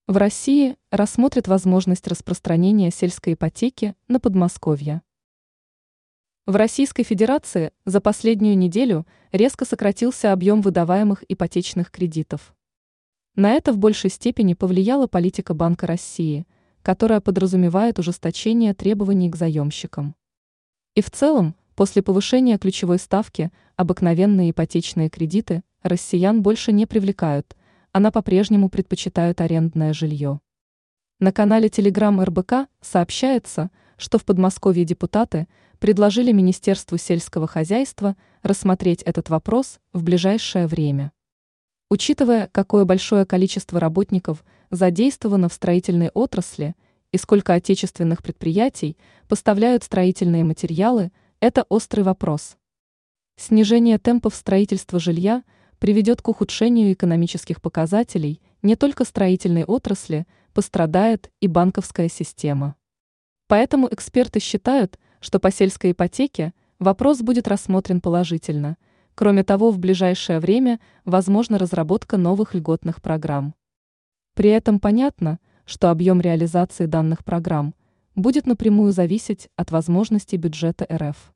В России рассмотрят возможность распространения сельской ипотеки на Подмосковье. В Российской Федерации за последнюю неделю резко сократился объем выдаваемых ипотечных кредитов. На это в большей степени повлияла политика Банка России, которая подразумевает ужесточение требований к заемщикам. И в целом, после повышения ключевой ставки, обыкновенные ипотечные кредиты россиян больше не привлекают, она по-прежнему предпочитают арендное жилье. На канале Telegram РБК сообщается, что в Подмосковье депутаты предложили Министерству сельского хозяйства рассмотреть этот вопрос в ближайшее время. Учитывая, какое большое количество работников задействовано в строительной отрасли и сколько отечественных предприятий поставляют строительные материалы, это острый вопрос. Снижение темпов строительства жилья приведет к ухудшению экономических показателей не только строительной отрасли, пострадает и банковская система. Поэтому эксперты считают, что по сельской ипотеке вопрос будет рассмотрен положительно. Кроме того, в ближайшее время возможна разработка новых льготных программ. При этом понятно, что объем реализации данных программ будет напрямую зависеть от возможностей бюджета РФ.